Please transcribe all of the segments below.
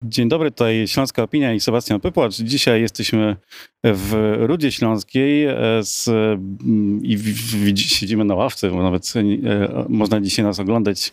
Dzień dobry, tutaj Śląska Opinia i Sebastian Pypłacz. Dzisiaj jesteśmy w Rudzie Śląskiej siedzimy na ławce, bo nawet można dzisiaj nas oglądać.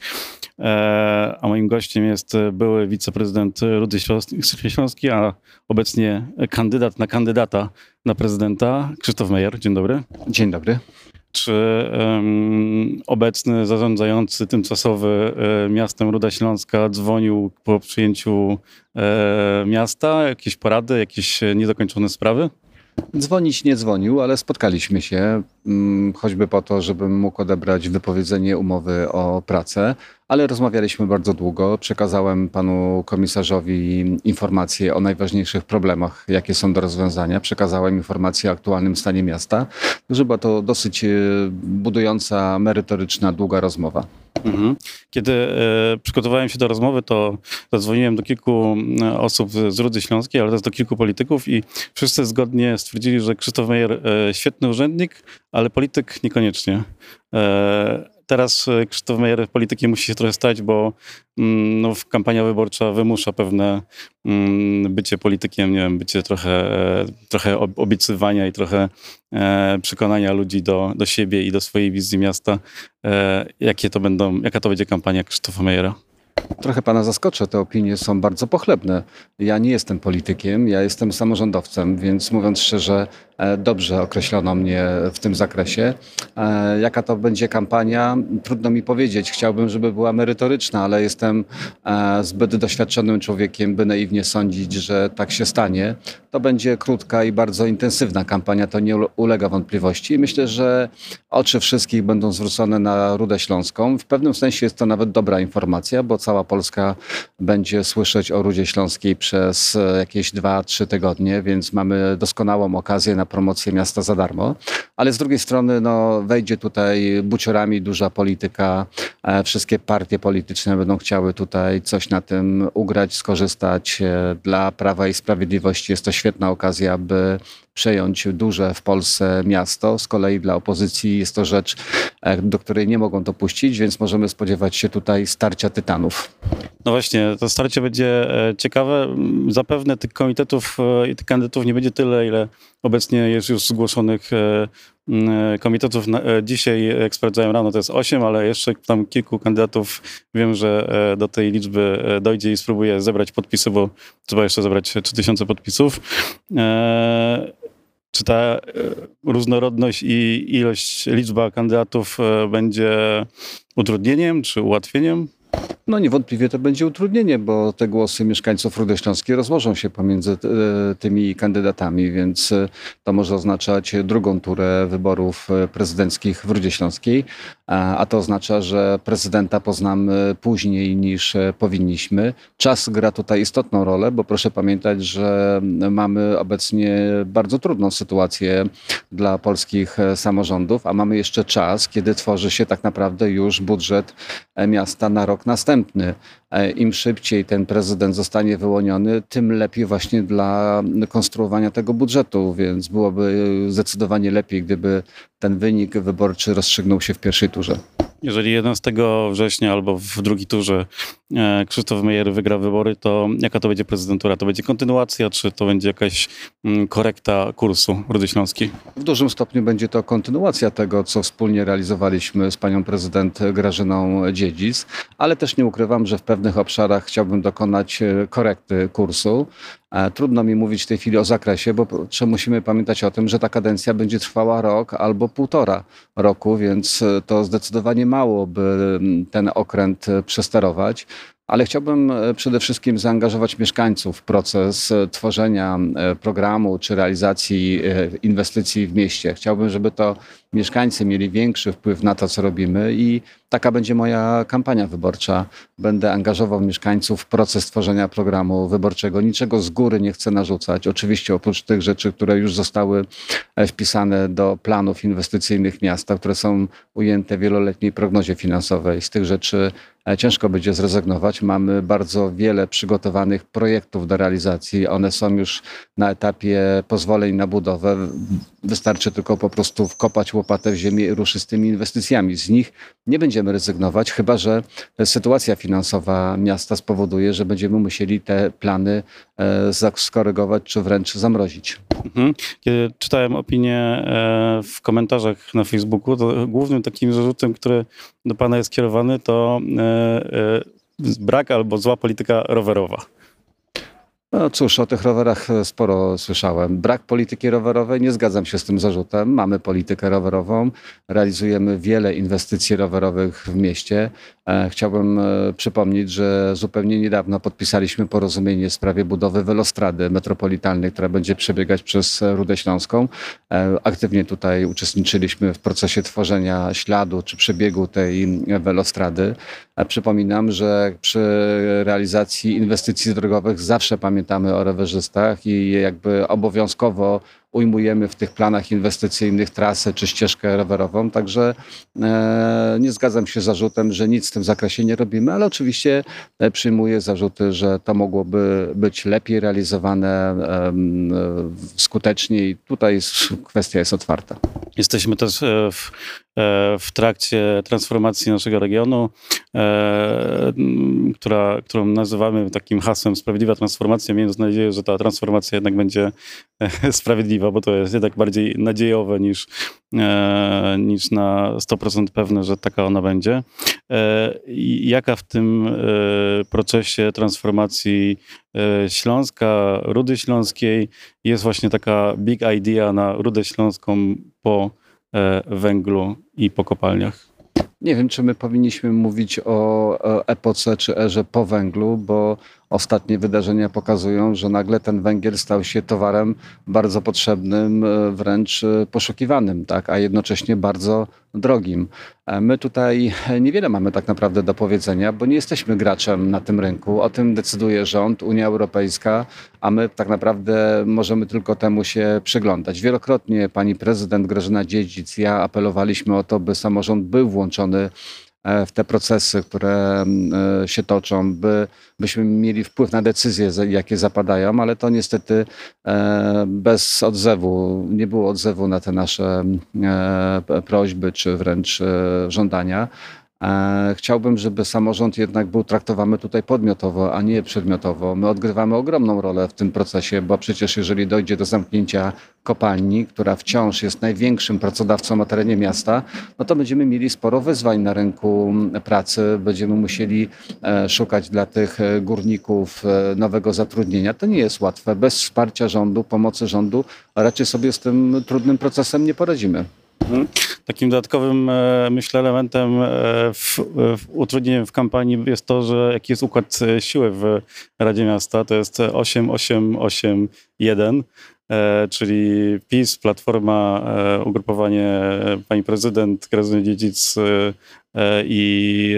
A moim gościem jest były wiceprezydent Rudy Śląskiej, a obecnie kandydat na kandydata na prezydenta Krzysztof Mejer. Dzień dobry. Dzień dobry. Czy obecny zarządzający tymczasowy miastem Ruda Śląska dzwonił po przyjęciu miasta? Jakieś porady, jakieś niedokończone sprawy? Dzwonić nie dzwonił, ale spotkaliśmy się, choćby po to, żebym mógł odebrać wypowiedzenie umowy o pracę, ale rozmawialiśmy bardzo długo. Przekazałem panu komisarzowi informacje o najważniejszych problemach, jakie są do rozwiązania. Przekazałem informacje o aktualnym stanie miasta. Także była to dosyć budująca, merytoryczna, długa rozmowa. Kiedy przygotowałem się do rozmowy, to zadzwoniłem do kilku osób z Rudy Śląskiej, ale też do kilku polityków i wszyscy zgodnie stwierdzili, że Krzysztof Mejer świetny urzędnik, ale polityk niekoniecznie. Teraz Krzysztof Mejer politykiem musi się trochę stać, bo kampania wyborcza wymusza pewne bycie politykiem, nie wiem, bycie trochę obiecywania i trochę przekonania ludzi do siebie i do swojej wizji miasta. Jaka to będzie kampania Krzysztofa Mejera? Trochę pana zaskoczę, te opinie są bardzo pochlebne. Ja nie jestem politykiem, ja jestem samorządowcem, więc mówiąc szczerze, dobrze określono mnie w tym zakresie. Jaka to będzie kampania? Trudno mi powiedzieć. Chciałbym, żeby była merytoryczna, ale jestem zbyt doświadczonym człowiekiem, by naiwnie sądzić, że tak się stanie. To będzie krótka i bardzo intensywna kampania, to nie ulega wątpliwości. Myślę, że oczy wszystkich będą zwrócone na Rudę Śląską. W pewnym sensie jest to nawet dobra informacja, bo cała Polska będzie słyszeć o Rudzie Śląskiej przez jakieś 2-3 tygodnie, więc mamy doskonałą okazję na promocję miasta za darmo. Ale z drugiej strony wejdzie tutaj buciorami duża polityka. Wszystkie partie polityczne będą chciały tutaj coś na tym ugrać, skorzystać. Dla Prawa i Sprawiedliwości jest to świetna okazja, by przejąć duże w Polsce miasto. Z kolei dla opozycji jest to rzecz, do której nie mogą dopuścić, więc możemy spodziewać się tutaj starcia tytanów. No właśnie, to starcie będzie ciekawe. Zapewne tych komitetów i tych kandydatów nie będzie tyle, ile obecnie jest już zgłoszonych komitetów. Dzisiaj, jak sprawdzałem rano, to jest 8, ale jeszcze tam kilku kandydatów wiem, że do tej liczby dojdzie i spróbuje zebrać podpisy, bo trzeba jeszcze zebrać 3000 podpisów. Czy ta różnorodność i liczba kandydatów będzie utrudnieniem czy ułatwieniem? Niewątpliwie to będzie utrudnienie, bo te głosy mieszkańców Rudy Śląskiej rozłożą się pomiędzy tymi kandydatami, więc to może oznaczać drugą turę wyborów prezydenckich w Rudzie Śląskiej, a to oznacza, że prezydenta poznamy później niż powinniśmy. Czas gra tutaj istotną rolę, bo proszę pamiętać, że mamy obecnie bardzo trudną sytuację dla polskich samorządów, a mamy jeszcze czas, kiedy tworzy się tak naprawdę już budżet miasta na rok następny. Im szybciej ten prezydent zostanie wyłoniony, tym lepiej właśnie dla konstruowania tego budżetu, więc byłoby zdecydowanie lepiej, gdyby ten wynik wyborczy rozstrzygnął się w pierwszej turze. Jeżeli 11 września albo w drugiej turze Krzysztof Mejer wygra wybory, to jaka to będzie prezydentura? To będzie kontynuacja, czy to będzie jakaś korekta kursu Rudy Śląskiej? W dużym stopniu będzie to kontynuacja tego, co wspólnie realizowaliśmy z panią prezydent Grażyną Dziedzic, ale też nie ukrywam, że w pewnych obszarach chciałbym dokonać korekty kursu. Trudno mi mówić w tej chwili o zakresie, bo musimy pamiętać o tym, że ta kadencja będzie trwała rok albo 1,5 roku, więc to zdecydowanie mało, by ten okręt przesterować. Ale chciałbym przede wszystkim zaangażować mieszkańców w proces tworzenia programu czy realizacji inwestycji w mieście. Chciałbym, żeby to mieszkańcy mieli większy wpływ na to, co robimy i taka będzie moja kampania wyborcza. Będę angażował mieszkańców w proces tworzenia programu wyborczego. Niczego z góry nie chcę narzucać. Oczywiście oprócz tych rzeczy, które już zostały wpisane do planów inwestycyjnych miasta, które są ujęte w wieloletniej prognozie finansowej. Z tych rzeczy ciężko będzie zrezygnować, zrealizować. Mamy bardzo wiele przygotowanych projektów do realizacji. One są już na etapie pozwoleń na budowę. Wystarczy tylko po prostu wkopać łopatę w ziemię i ruszyć z tymi inwestycjami. Z nich nie będziemy rezygnować, chyba że sytuacja finansowa miasta spowoduje, że będziemy musieli te plany skorygować czy wręcz zamrozić. Kiedy czytałem opinię w komentarzach na Facebooku, to głównym takim zarzutem, który do pana jest kierowany, to brak albo zła polityka rowerowa. No cóż, o tych rowerach sporo słyszałem. Brak polityki rowerowej, nie zgadzam się z tym zarzutem. Mamy politykę rowerową, realizujemy wiele inwestycji rowerowych w mieście. Chciałbym przypomnieć, że zupełnie niedawno podpisaliśmy porozumienie w sprawie budowy welostrady metropolitalnej, która będzie przebiegać przez Rudę Śląską. Aktywnie tutaj uczestniczyliśmy w procesie tworzenia śladu czy przebiegu tej welostrady. Przypominam, że przy realizacji inwestycji drogowych zawsze pamiętamy o rowerzystach i jakby obowiązkowo ujmujemy w tych planach inwestycyjnych trasę czy ścieżkę rowerową. Także nie zgadzam się z zarzutem, że nic w tym zakresie nie robimy, ale oczywiście przyjmuję zarzuty, że to mogłoby być lepiej realizowane, skuteczniej. Tutaj kwestia jest otwarta. Jesteśmy też w trakcie transformacji naszego regionu, którą nazywamy takim hasłem sprawiedliwa transformacja, mając nadzieję, że ta transformacja jednak będzie sprawiedliwa, bo to jest jednak bardziej nadziejowe niż na 100% pewne, że taka ona będzie. Jaka w tym procesie transformacji Śląska, Rudy Śląskiej jest właśnie taka big idea na Rudę Śląską po węglu i po kopalniach? Nie wiem, czy my powinniśmy mówić o epoce czy erze po węglu, bo ostatnie wydarzenia pokazują, że nagle ten węgiel stał się towarem bardzo potrzebnym, wręcz poszukiwanym, tak, a jednocześnie bardzo drogim. My tutaj niewiele mamy tak naprawdę do powiedzenia, bo nie jesteśmy graczem na tym rynku. O tym decyduje rząd, Unia Europejska, a my tak naprawdę możemy tylko temu się przyglądać. Wielokrotnie pani prezydent Grażyna Dziedzic, ja apelowaliśmy o to, by samorząd był włączony w te procesy, które się toczą, byśmy mieli wpływ na decyzje, jakie zapadają, ale to niestety bez odzewu, nie było odzewu na te nasze prośby, czy wręcz żądania. Chciałbym, żeby samorząd jednak był traktowany tutaj podmiotowo, a nie przedmiotowo. My odgrywamy ogromną rolę w tym procesie, bo przecież jeżeli dojdzie do zamknięcia kopalni, która wciąż jest największym pracodawcą na terenie miasta, no to będziemy mieli sporo wyzwań na rynku pracy. Będziemy musieli szukać dla tych górników nowego zatrudnienia. To nie jest łatwe. Bez wsparcia rządu, pomocy rządu raczej sobie z tym trudnym procesem nie poradzimy. Takim dodatkowym, myślę, elementem utrudnieniem w kampanii jest to, że jaki jest układ siły w Radzie Miasta. To jest 8-8-8-1, czyli PiS, Platforma, ugrupowanie pani prezydent, Grażyny Dziedzic i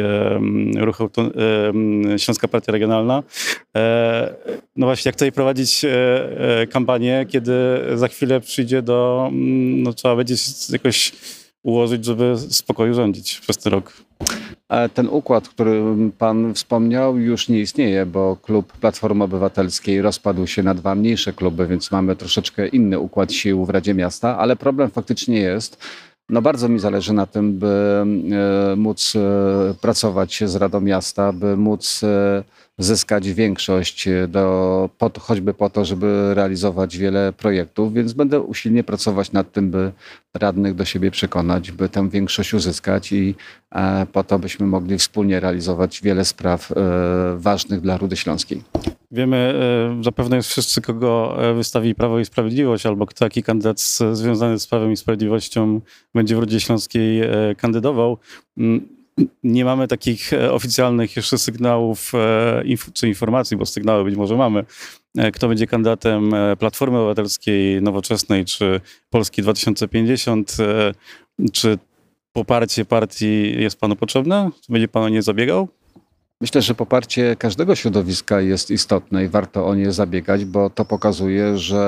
Śląska Partia Regionalna. No właśnie, jak tutaj prowadzić kampanię, kiedy za chwilę przyjdzie no trzeba będzie jakoś ułożyć, żeby w spokoju rządzić przez ten rok. Ten układ, który pan wspomniał, już nie istnieje, bo klub Platformy Obywatelskiej rozpadł się na dwa mniejsze kluby, więc mamy troszeczkę inny układ sił w Radzie Miasta, ale problem faktycznie jest. No bardzo mi zależy na tym, by móc pracować z Radą Miasta, by móc zyskać większość, choćby po to, żeby realizować wiele projektów, więc będę usilnie pracować nad tym, by radnych do siebie przekonać, by tę większość uzyskać i po to, byśmy mogli wspólnie realizować wiele spraw ważnych dla Rudy Śląskiej. Wiemy zapewne już wszyscy, kogo wystawi Prawo i Sprawiedliwość, albo kto taki kandydat związany z Prawem i Sprawiedliwością będzie w Rudzie Śląskiej kandydował. Nie mamy takich oficjalnych jeszcze sygnałów czy informacji, bo sygnały być może mamy, kto będzie kandydatem Platformy Obywatelskiej, Nowoczesnej czy Polski 2050. Czy poparcie partii jest panu potrzebne? Czy będzie pan o nie zabiegał? Myślę, że poparcie każdego środowiska jest istotne i warto o nie zabiegać, bo to pokazuje, że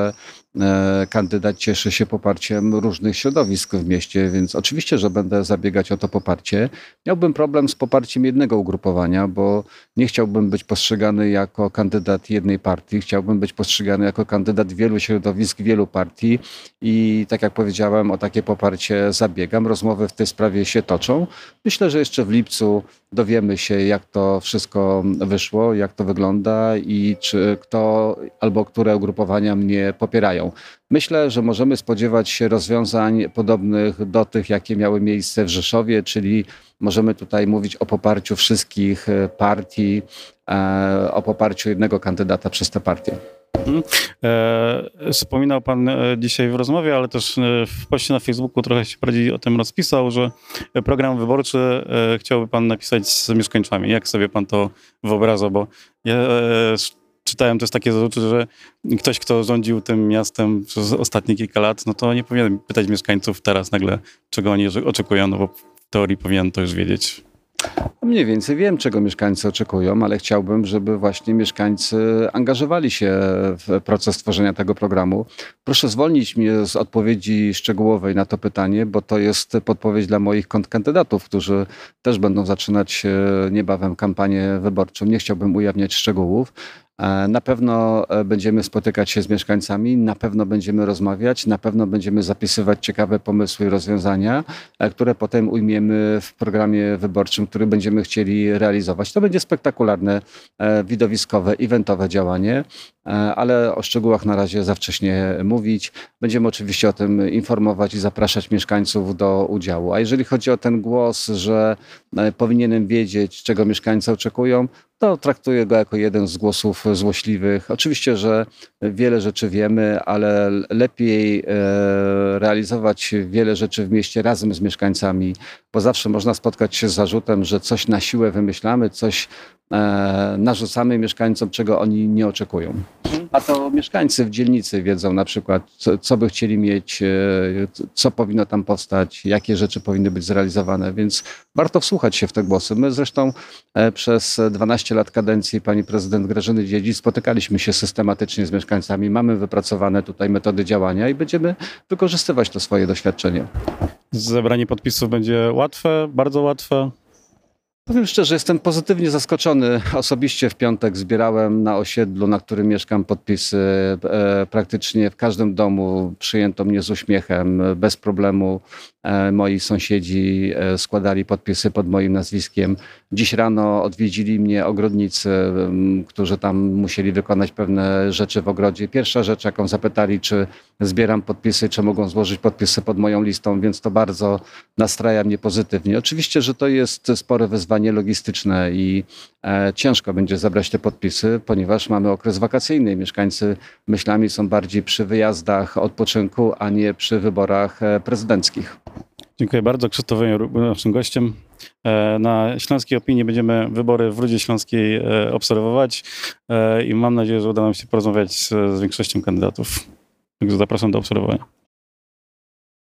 kandydat cieszy się poparciem różnych środowisk w mieście, więc oczywiście, że będę zabiegać o to poparcie. Miałbym problem z poparciem jednego ugrupowania, bo nie chciałbym być postrzegany jako kandydat jednej partii. Chciałbym być postrzegany jako kandydat wielu środowisk, wielu partii i tak jak powiedziałem, o takie poparcie zabiegam. Rozmowy w tej sprawie się toczą. Myślę, że jeszcze w lipcu dowiemy się, jak to wszystko wyszło, jak to wygląda i czy kto albo które ugrupowania mnie popierają. Myślę, że możemy spodziewać się rozwiązań podobnych do tych, jakie miały miejsce w Rzeszowie, czyli możemy tutaj mówić o poparciu wszystkich partii, o poparciu jednego kandydata przez te partie. Wspominał pan dzisiaj w rozmowie, ale też w poście na Facebooku trochę się bardziej o tym rozpisał, że program wyborczy chciałby pan napisać z mieszkańcami. Jak sobie pan to wyobraża? Bo ja czytałem też takie zarzuty, że ktoś, kto rządził tym miastem przez ostatnie kilka lat, no to nie powinien pytać mieszkańców teraz nagle, czego oni oczekują, no bo w teorii powinien to już wiedzieć. Mniej więcej wiem, czego mieszkańcy oczekują, ale chciałbym, żeby właśnie mieszkańcy angażowali się w proces tworzenia tego programu. Proszę zwolnić mnie z odpowiedzi szczegółowej na to pytanie, bo to jest podpowiedź dla moich kontrkandydatów, którzy też będą zaczynać niebawem kampanię wyborczą. Nie chciałbym ujawniać szczegółów. Na pewno będziemy spotykać się z mieszkańcami, na pewno będziemy rozmawiać, na pewno będziemy zapisywać ciekawe pomysły i rozwiązania, które potem ujmiemy w programie wyborczym, który będziemy chcieli realizować. To będzie spektakularne, widowiskowe, eventowe działanie, ale o szczegółach na razie za wcześnie mówić. Będziemy oczywiście o tym informować i zapraszać mieszkańców do udziału. A jeżeli chodzi o ten głos, że powinienem wiedzieć, czego mieszkańcy oczekują, to traktuję go jako jeden z głosów złośliwych. Oczywiście, że wiele rzeczy wiemy, ale lepiej realizować wiele rzeczy w mieście razem z mieszkańcami, bo zawsze można spotkać się z zarzutem, że coś na siłę wymyślamy, coś narzucamy mieszkańcom, czego oni nie oczekują. A to mieszkańcy w dzielnicy wiedzą na przykład, co by chcieli mieć, co powinno tam powstać, jakie rzeczy powinny być zrealizowane, więc warto wsłuchać się w te głosy. My zresztą przez 12 lat kadencji pani prezydent Grażyny Dziedzicz spotykaliśmy się systematycznie z mieszkańcami, mamy wypracowane tutaj metody działania i będziemy wykorzystywać to swoje doświadczenie. Zebranie podpisów będzie łatwe, bardzo łatwe? Powiem szczerze, jestem pozytywnie zaskoczony. Osobiście w piątek zbierałem na osiedlu, na którym mieszkam, podpisy. Praktycznie w każdym domu przyjęto mnie z uśmiechem, bez problemu. Moi sąsiedzi składali podpisy pod moim nazwiskiem. Dziś rano odwiedzili mnie ogrodnicy, którzy tam musieli wykonać pewne rzeczy w ogrodzie. Pierwsza rzecz, jaką zapytali, czy zbieram podpisy, czy mogą złożyć podpisy pod moją listą, więc to bardzo nastraja mnie pozytywnie. Oczywiście, że to jest spore wyzwanie logistyczne i ciężko będzie zebrać te podpisy, ponieważ mamy okres wakacyjny. Mieszkańcy myślami są bardziej przy wyjazdach, odpoczynku, a nie przy wyborach prezydenckich. Dziękuję bardzo. Krzysztof Wejner był naszym gościem. Na Śląskiej Opinii będziemy wybory w Rudzie Śląskiej obserwować i mam nadzieję, że uda nam się porozmawiać z większością kandydatów. Także zapraszam do obserwowania.